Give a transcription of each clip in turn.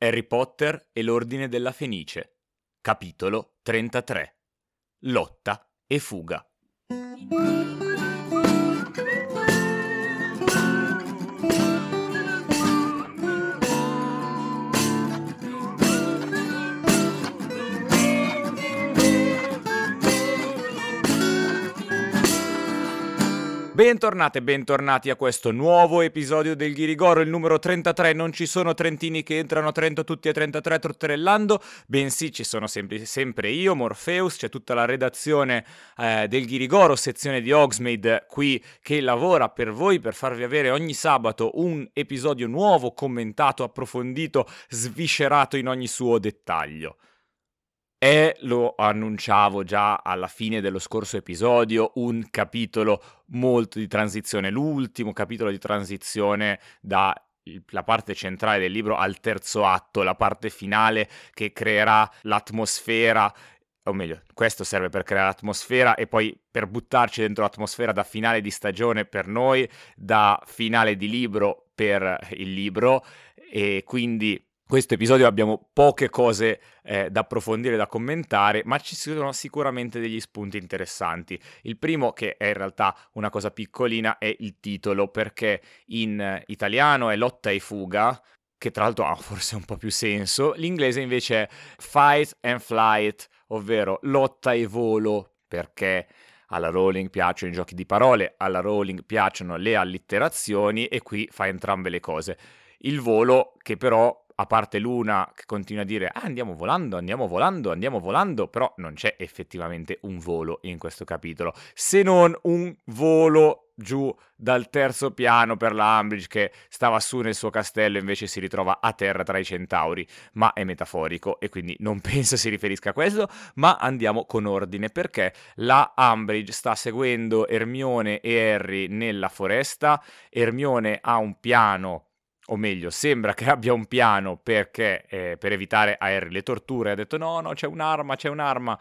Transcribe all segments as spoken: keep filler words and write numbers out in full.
Harry Potter e l'Ordine della Fenice. Capitolo trentatré. Lotta e fuga. Bentornate e bentornati a questo nuovo episodio del Ghirigoro, il numero trentatré. Non ci sono trentini che entrano a Trento tutti e trentatré trotterellando, bensì ci sono sempre, sempre io, Morpheus, c'è tutta la redazione eh, del Ghirigoro, sezione di Hogsmeade, qui che lavora per voi per farvi avere ogni sabato un episodio nuovo, commentato, approfondito, sviscerato in ogni suo dettaglio. E lo annunciavo già alla fine dello scorso episodio, un capitolo molto di transizione, l'ultimo capitolo di transizione da la parte centrale del libro al terzo atto, la parte finale che creerà l'atmosfera, o meglio, questo serve per creare l'atmosfera e poi per buttarci dentro l'atmosfera da finale di stagione per noi, da finale di libro per il libro, e quindi questo episodio abbiamo poche cose eh, da approfondire, da commentare, ma ci sono sicuramente degli spunti interessanti. Il primo, che è in realtà una cosa piccolina, è il titolo, perché in italiano è Lotta e fuga, che tra l'altro ha forse un po' più senso. L'inglese invece è Fight and Flight, ovvero lotta e volo, perché alla Rowling piacciono i giochi di parole, alla Rowling piacciono le allitterazioni e qui fa entrambe le cose. Il volo che però, a parte Luna che continua a dire ah, andiamo volando, andiamo volando, andiamo volando, però non c'è effettivamente un volo in questo capitolo, se non un volo giù dal terzo piano per la Umbridge che stava su nel suo castello, invece si ritrova a terra tra i centauri, ma è metaforico e quindi non penso si riferisca a questo. Ma andiamo con ordine, perché la Umbridge sta seguendo Hermione e Harry nella foresta. Hermione ha un piano, o meglio, sembra che abbia un piano perché eh, per evitare a Harry le torture. Ha detto no, no, c'è un'arma, c'è un'arma,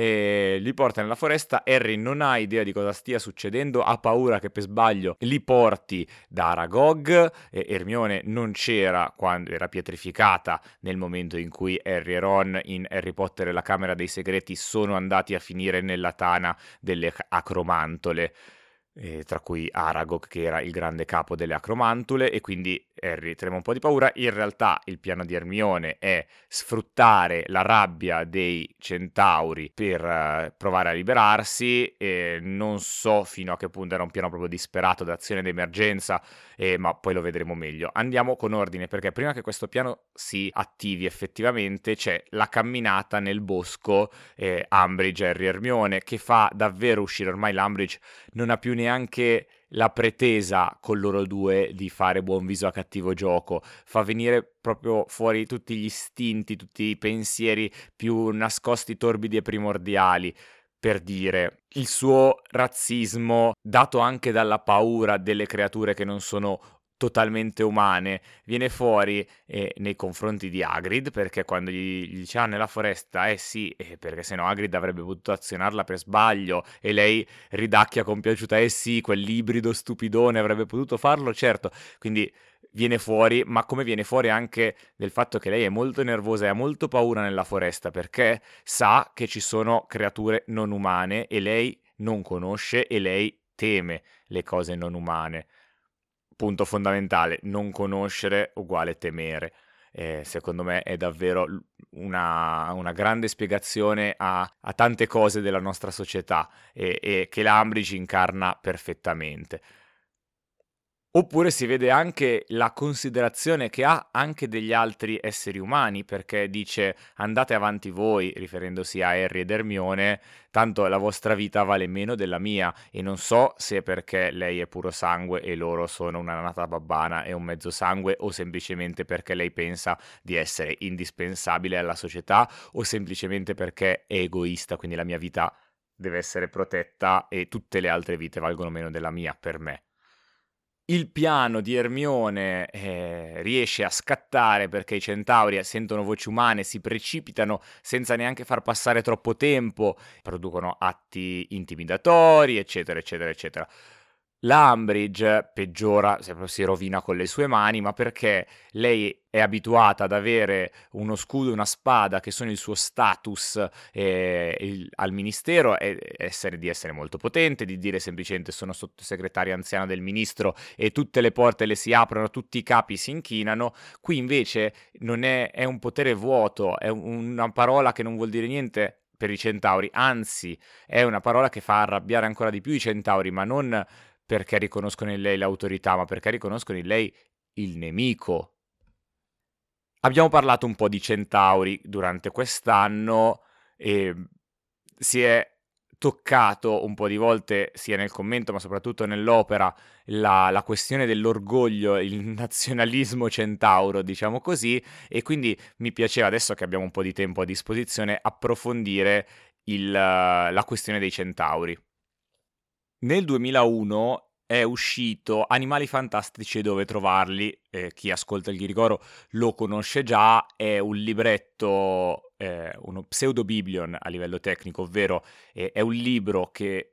e li porta nella foresta. Harry non ha idea di cosa stia succedendo, ha paura che per sbaglio li porti da Aragog. E Hermione non c'era quando era pietrificata nel momento in cui Harry e Ron in Harry Potter e la Camera dei Segreti sono andati a finire nella tana delle acromantole. Eh, tra cui Aragog, che era il grande capo delle acromantule, e quindi Harry trema un po' di paura. In realtà il piano di Hermione è sfruttare la rabbia dei centauri per uh, provare a liberarsi, e non so fino a che punto era un piano proprio disperato d'azione d'emergenza, eh, ma poi lo vedremo meglio. Andiamo con ordine, perché prima che questo piano si attivi effettivamente c'è la camminata nel bosco eh, Umbridge, Harry e Hermione, che fa davvero uscire, ormai l'Umbridge non ha più neanche la pretesa con loro due di fare buon viso a cattivo gioco, fa venire proprio fuori tutti gli istinti, tutti i pensieri più nascosti, torbidi e primordiali. Per dire, il suo razzismo, dato anche dalla paura delle creature che non sono totalmente umane, viene fuori eh, nei confronti di Hagrid, perché quando gli, gli dice ah, nella foresta, eh sì, eh, perché sennò Hagrid avrebbe potuto azionarla per sbaglio, e lei ridacchia compiaciuta, eh sì, quell'ibrido stupidone avrebbe potuto farlo, certo. Quindi viene fuori, ma come viene fuori anche del fatto che lei è molto nervosa e ha molto paura nella foresta, perché sa che ci sono creature non umane e lei non conosce e lei teme le cose non umane. Punto fondamentale, non conoscere uguale temere. Eh, secondo me è davvero una, una grande spiegazione a, a tante cose della nostra società, e, e che la Umbridge incarna perfettamente. Oppure si vede anche la considerazione che ha anche degli altri esseri umani, perché dice andate avanti voi, riferendosi a Harry ed Hermione, tanto la vostra vita vale meno della mia. E non so se è perché lei è puro sangue e loro sono una nata babbana e un mezzo sangue, o semplicemente perché lei pensa di essere indispensabile alla società, o semplicemente perché è egoista, quindi la mia vita deve essere protetta e tutte le altre vite valgono meno della mia per me. Il piano di Hermione eh, riesce a scattare perché i centauri sentono voci umane, si precipitano senza neanche far passare troppo tempo, producono atti intimidatori, eccetera, eccetera, eccetera. La Umbridge peggiora, se proprio si rovina con le sue mani, ma perché lei è abituata ad avere uno scudo e una spada che sono il suo status eh, il- al ministero e essere, di essere molto potente, di dire semplicemente sono sottosegretaria anziana del ministro e tutte le porte le si aprono, tutti i capi si inchinano. Qui invece non è, è un potere vuoto, è un- una parola che non vuol dire niente per i centauri, anzi è una parola che fa arrabbiare ancora di più i centauri, ma non perché riconoscono in lei l'autorità, ma perché riconoscono in lei il nemico. Abbiamo parlato un po' di centauri durante quest'anno e si è toccato un po' di volte, sia nel commento ma soprattutto nell'opera, la, la questione dell'orgoglio, il nazionalismo centauro, diciamo così, e quindi mi piaceva, adesso che abbiamo un po' di tempo a disposizione, approfondire il, la questione dei centauri. Nel duemilauno è uscito Animali fantastici e dove trovarli, eh, chi ascolta il Ghirigoro lo conosce già, è un libretto, eh, uno pseudobiblion a livello tecnico, ovvero eh, è un libro che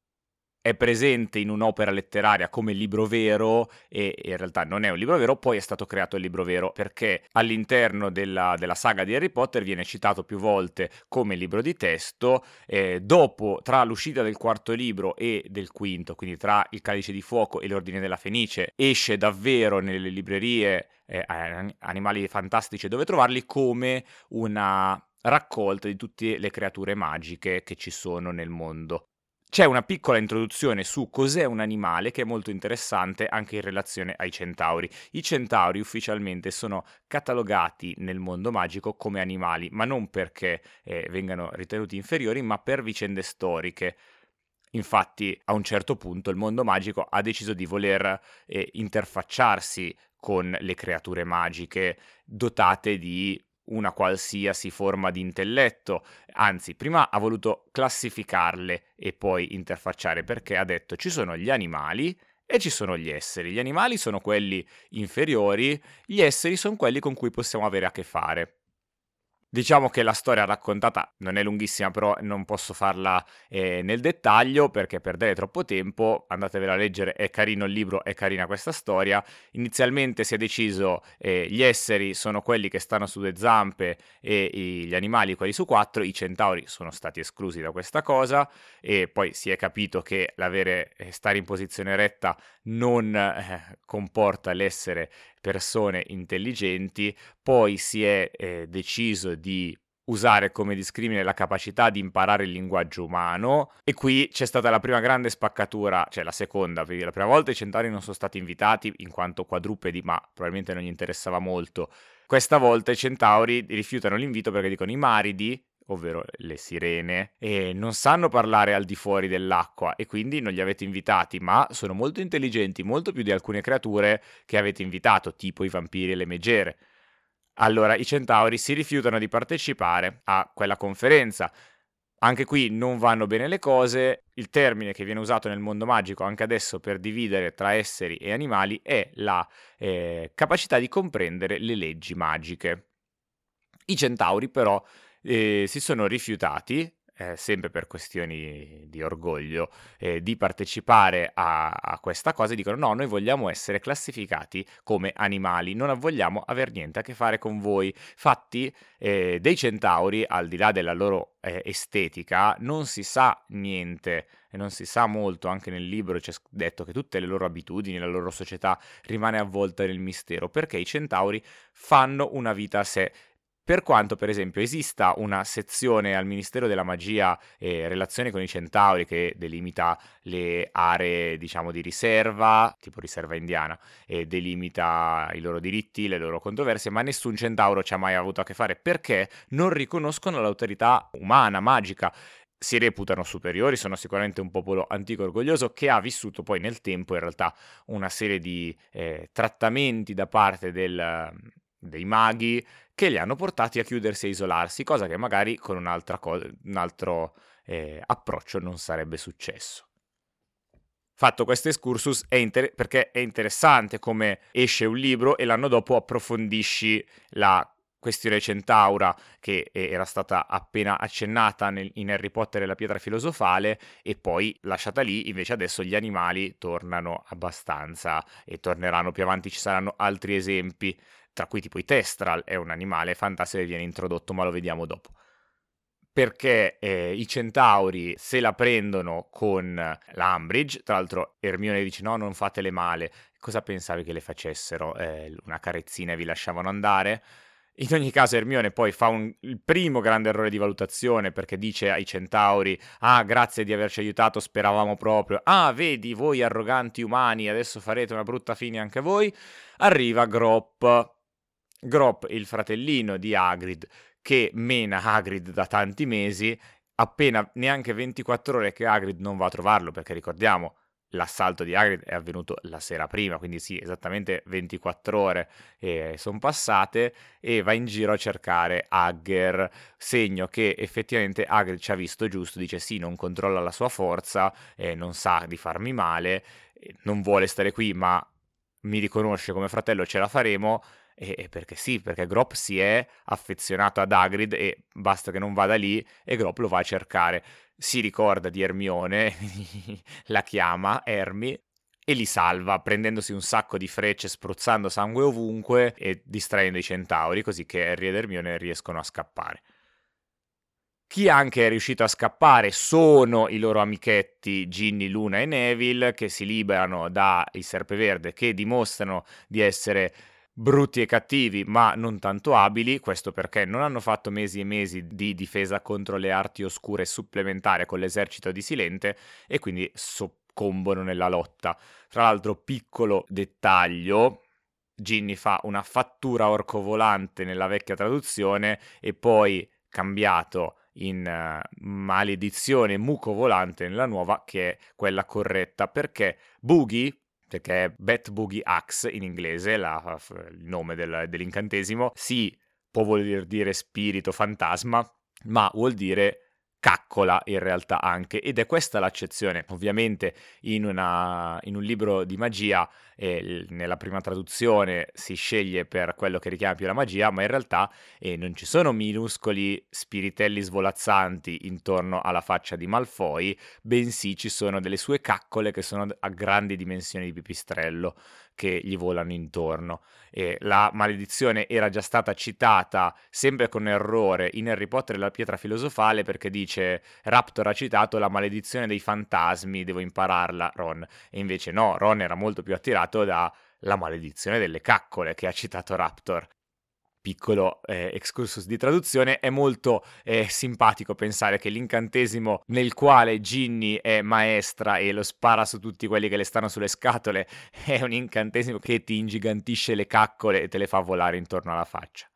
è presente in un'opera letteraria come libro vero e in realtà non è un libro vero, poi è stato creato il libro vero perché all'interno della, della saga di Harry Potter viene citato più volte come libro di testo, eh, dopo, tra l'uscita del quarto libro e del quinto, quindi tra Il Calice di Fuoco e L'Ordine della Fenice, esce davvero nelle librerie eh, Animali fantastici e dove trovarli come una raccolta di tutte le creature magiche che ci sono nel mondo. C'è una piccola introduzione su cos'è un animale che è molto interessante anche in relazione ai centauri. I centauri ufficialmente sono catalogati nel mondo magico come animali, ma non perché eh, vengano ritenuti inferiori, ma per vicende storiche. Infatti, a un certo punto il mondo magico ha deciso di voler eh, interfacciarsi con le creature magiche dotate di una qualsiasi forma di intelletto, anzi, prima ha voluto classificarle e poi interfacciare perché ha detto ci sono gli animali e ci sono gli esseri. Gli animali sono quelli inferiori, gli esseri sono quelli con cui possiamo avere a che fare. Diciamo che la storia raccontata non è lunghissima, però non posso farla eh, nel dettaglio perché perdere troppo tempo. Andatevela a leggere, è carino il libro, è carina questa storia. Inizialmente si è deciso eh, gli esseri sono quelli che stanno su due zampe e i- gli animali quelli su quattro. I centauri sono stati esclusi da questa cosa e poi si è capito che l'avere eh, stare in posizione retta non eh, comporta l'essere persone intelligenti. Poi si è eh, deciso di usare come discrimine la capacità di imparare il linguaggio umano e qui c'è stata la prima grande spaccatura, cioè la seconda, perché la prima volta i centauri non sono stati invitati in quanto quadrupedi, ma probabilmente non gli interessava molto. Questa volta i centauri rifiutano l'invito perché dicono i maridi, ovvero le sirene, e non sanno parlare al di fuori dell'acqua e quindi non li avete invitati, ma sono molto intelligenti, molto più di alcune creature che avete invitato, tipo i vampiri e le megere. Allora i centauri si rifiutano di partecipare a quella conferenza. Anche qui non vanno bene le cose, il termine che viene usato nel mondo magico anche adesso per dividere tra esseri e animali è la eh, capacità di comprendere le leggi magiche. I centauri però eh, si sono rifiutati, eh, sempre per questioni di orgoglio, eh, di partecipare a, a questa cosa e dicono no, noi vogliamo essere classificati come animali, non vogliamo aver niente a che fare con voi. Infatti eh, dei centauri, al di là della loro eh, estetica, non si sa niente e non si sa molto, anche nel libro c'è detto che tutte le loro abitudini, la loro società rimane avvolta nel mistero, perché i centauri fanno una vita a sé. Per quanto, per esempio, esista una sezione al Ministero della Magia e relazioni con i centauri che delimita le aree, diciamo, di riserva, tipo riserva indiana, e delimita i loro diritti, le loro controversie, ma nessun centauro ci ha mai avuto a che fare perché non riconoscono l'autorità umana, magica. Si reputano superiori, sono sicuramente un popolo antico e orgoglioso che ha vissuto poi nel tempo in realtà una serie di eh, trattamenti da parte del, dei maghi che li hanno portati a chiudersi e isolarsi, cosa che magari con un'altra co- un altro eh, approccio non sarebbe successo. Fatto questo excursus è inter- perché è interessante come esce un libro e l'anno dopo approfondisci la questione Centaura che era stata appena accennata nel, in Harry Potter e la pietra filosofale, e poi lasciata lì. Invece adesso gli animali tornano abbastanza e torneranno più avanti, ci saranno altri esempi, tra cui tipo i Testral, è un animale fantastico che viene introdotto, ma lo vediamo dopo. Perché eh, i centauri se la prendono con l'Umbridge. Tra l'altro Hermione dice no, non fatele male. Cosa pensavi che le facessero? Eh, una carezzina e vi lasciavano andare? In ogni caso Hermione poi fa un, il primo grande errore di valutazione, perché dice ai centauri: ah, grazie di averci aiutato, speravamo proprio. Ah, vedi, voi arroganti umani, adesso farete una brutta fine anche voi. Arriva Grop. Grop, il fratellino di Hagrid, che mena Hagrid da tanti mesi. Appena neanche ventiquattro ore che Hagrid non va a trovarlo, perché ricordiamo, l'assalto di Hagrid è avvenuto la sera prima, quindi sì, esattamente ventiquattro ore eh, sono passate, e va in giro a cercare Hagger, segno che effettivamente Hagrid ci ha visto giusto, dice sì, non controlla la sua forza, eh, non sa di farmi male, eh, non vuole stare qui, ma mi riconosce come fratello, ce la faremo. E perché sì, perché Grop si è affezionato ad Hagrid e basta che non vada lì e Grop lo va a cercare. Si ricorda di Hermione, la chiama Hermi e li salva prendendosi un sacco di frecce, spruzzando sangue ovunque e distraendo i centauri, così che Harry ed Hermione riescono a scappare. Chi anche è riuscito a scappare sono i loro amichetti Ginny, Luna e Neville, che si liberano dal Serpeverde, che dimostrano di essere brutti e cattivi, ma non tanto abili. Questo perché non hanno fatto mesi e mesi di difesa contro le arti oscure supplementare con l'esercito di Silente, e quindi soccombono nella lotta. Tra l'altro, piccolo dettaglio: Ginny fa una fattura orco volante nella vecchia traduzione e poi cambiato in uh, maledizione muco volante nella nuova, che è quella corretta, perché Boogie, perché è Bat Boogie Axe in inglese, la, il nome del, dell'incantesimo, sì, può voler dire spirito, fantasma, ma vuol dire caccola in realtà anche, ed è questa l'accezione. Ovviamente in, una, in un libro di magia eh, nella prima traduzione si sceglie per quello che richiama più la magia, ma in realtà eh, non ci sono minuscoli spiritelli svolazzanti intorno alla faccia di Malfoy, bensì ci sono delle sue caccole che sono a grandi dimensioni di pipistrello che gli volano intorno. E la maledizione era già stata citata, sempre con errore, in Harry Potter e la pietra filosofale, perché dice Raptor ha citato la maledizione dei fantasmi, devo impararla, Ron. E invece no, Ron era molto più attirato da la maledizione delle caccole che ha citato Raptor. Piccolo eh, excursus di traduzione. È molto eh, simpatico pensare che l'incantesimo nel quale Ginny è maestra e lo spara su tutti quelli che le stanno sulle scatole è un incantesimo che ti ingigantisce le caccole e te le fa volare intorno alla faccia.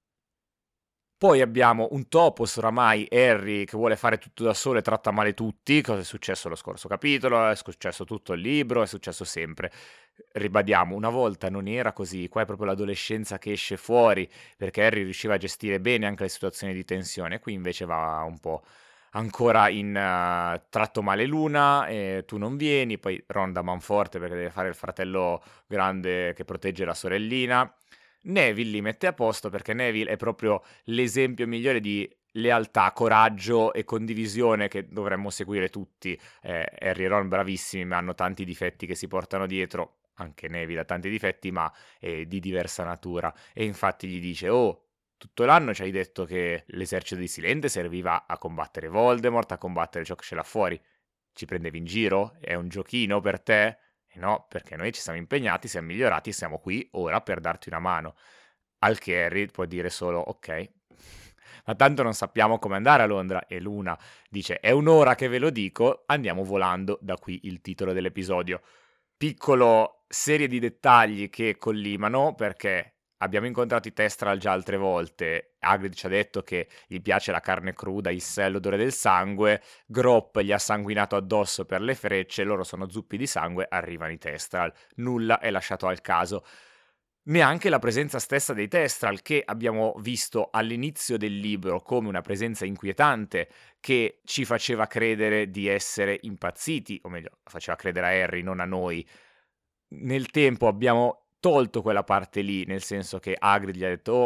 Poi abbiamo un topos oramai, Harry, che vuole fare tutto da solo e tratta male tutti. Cosa è successo lo scorso capitolo? È successo tutto il libro, è successo sempre. Ribadiamo, una volta non era così, qua è proprio l'adolescenza che esce fuori, perché Harry riusciva a gestire bene anche le situazioni di tensione, qui invece va un po' ancora in uh, tratto male Luna, e tu non vieni, poi Ron da manforte perché deve fare il fratello grande che protegge la sorellina. Neville li mette a posto perché Neville è proprio l'esempio migliore di lealtà, coraggio e condivisione che dovremmo seguire tutti. eh, Harry e Ron bravissimi, ma hanno tanti difetti che si portano dietro. Anche Neville ha tanti difetti, ma è di diversa natura. E infatti gli dice: oh, tutto l'anno ci hai detto che l'esercito di Silente serviva a combattere Voldemort, a combattere ciò che c'è là fuori. Ci prendevi in giro? È un giochino per te? E no, perché noi ci siamo impegnati, siamo migliorati e siamo qui ora per darti una mano. Al che Harry può dire solo ok, ma tanto non sappiamo come andare a Londra. E Luna dice: è un'ora che ve lo dico, andiamo volando. Da qui il titolo dell'episodio. Piccolo serie di dettagli che collimano, perché abbiamo incontrato i Testral già altre volte. Hagrid ci ha detto che gli piace la carne cruda, il sè, l'odore del sangue. Grop gli ha sanguinato addosso per le frecce, loro sono zuppi di sangue, arrivano i Testral. Nulla è lasciato al caso. Neanche la presenza stessa dei Testral, che abbiamo visto all'inizio del libro come una presenza inquietante che ci faceva credere di essere impazziti, o meglio, faceva credere a Harry, non a noi. Nel tempo abbiamo tolto quella parte lì, nel senso che Hagrid gli ha detto: oh,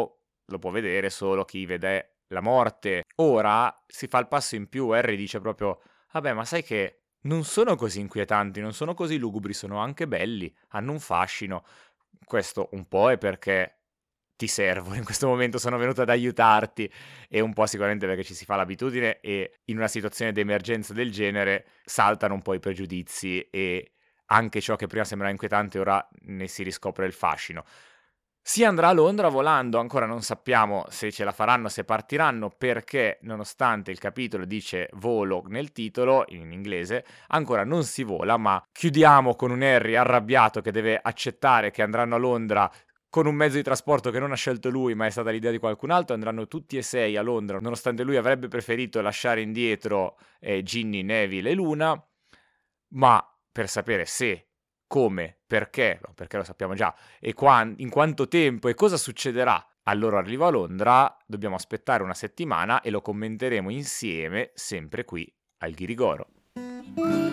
lo può vedere solo chi vede la morte. Ora si fa il passo in più, Harry dice proprio, vabbè, ma sai che non sono così inquietanti, non sono così lugubri, sono anche belli, hanno un fascino. Questo un po' è perché ti servo, in questo momento sono venuto ad aiutarti, e un po' sicuramente perché ci si fa l'abitudine e in una situazione di emergenza del genere saltano un po' i pregiudizi e anche ciò che prima sembrava inquietante ora ne si riscopre il fascino. Si andrà a Londra volando, ancora non sappiamo se ce la faranno, se partiranno, perché nonostante il capitolo dice volo nel titolo, in inglese, ancora non si vola, ma chiudiamo con un Harry arrabbiato che deve accettare che andranno a Londra con un mezzo di trasporto che non ha scelto lui, ma è stata l'idea di qualcun altro. Andranno tutti e sei a Londra, nonostante lui avrebbe preferito lasciare indietro eh, Ginny, Neville e Luna, ma per sapere se, come, perché, no, perché lo sappiamo già, e quan- in quanto tempo e cosa succederà al loro arrivo a Londra, dobbiamo aspettare una settimana e lo commenteremo insieme, sempre qui al Ghirigoro.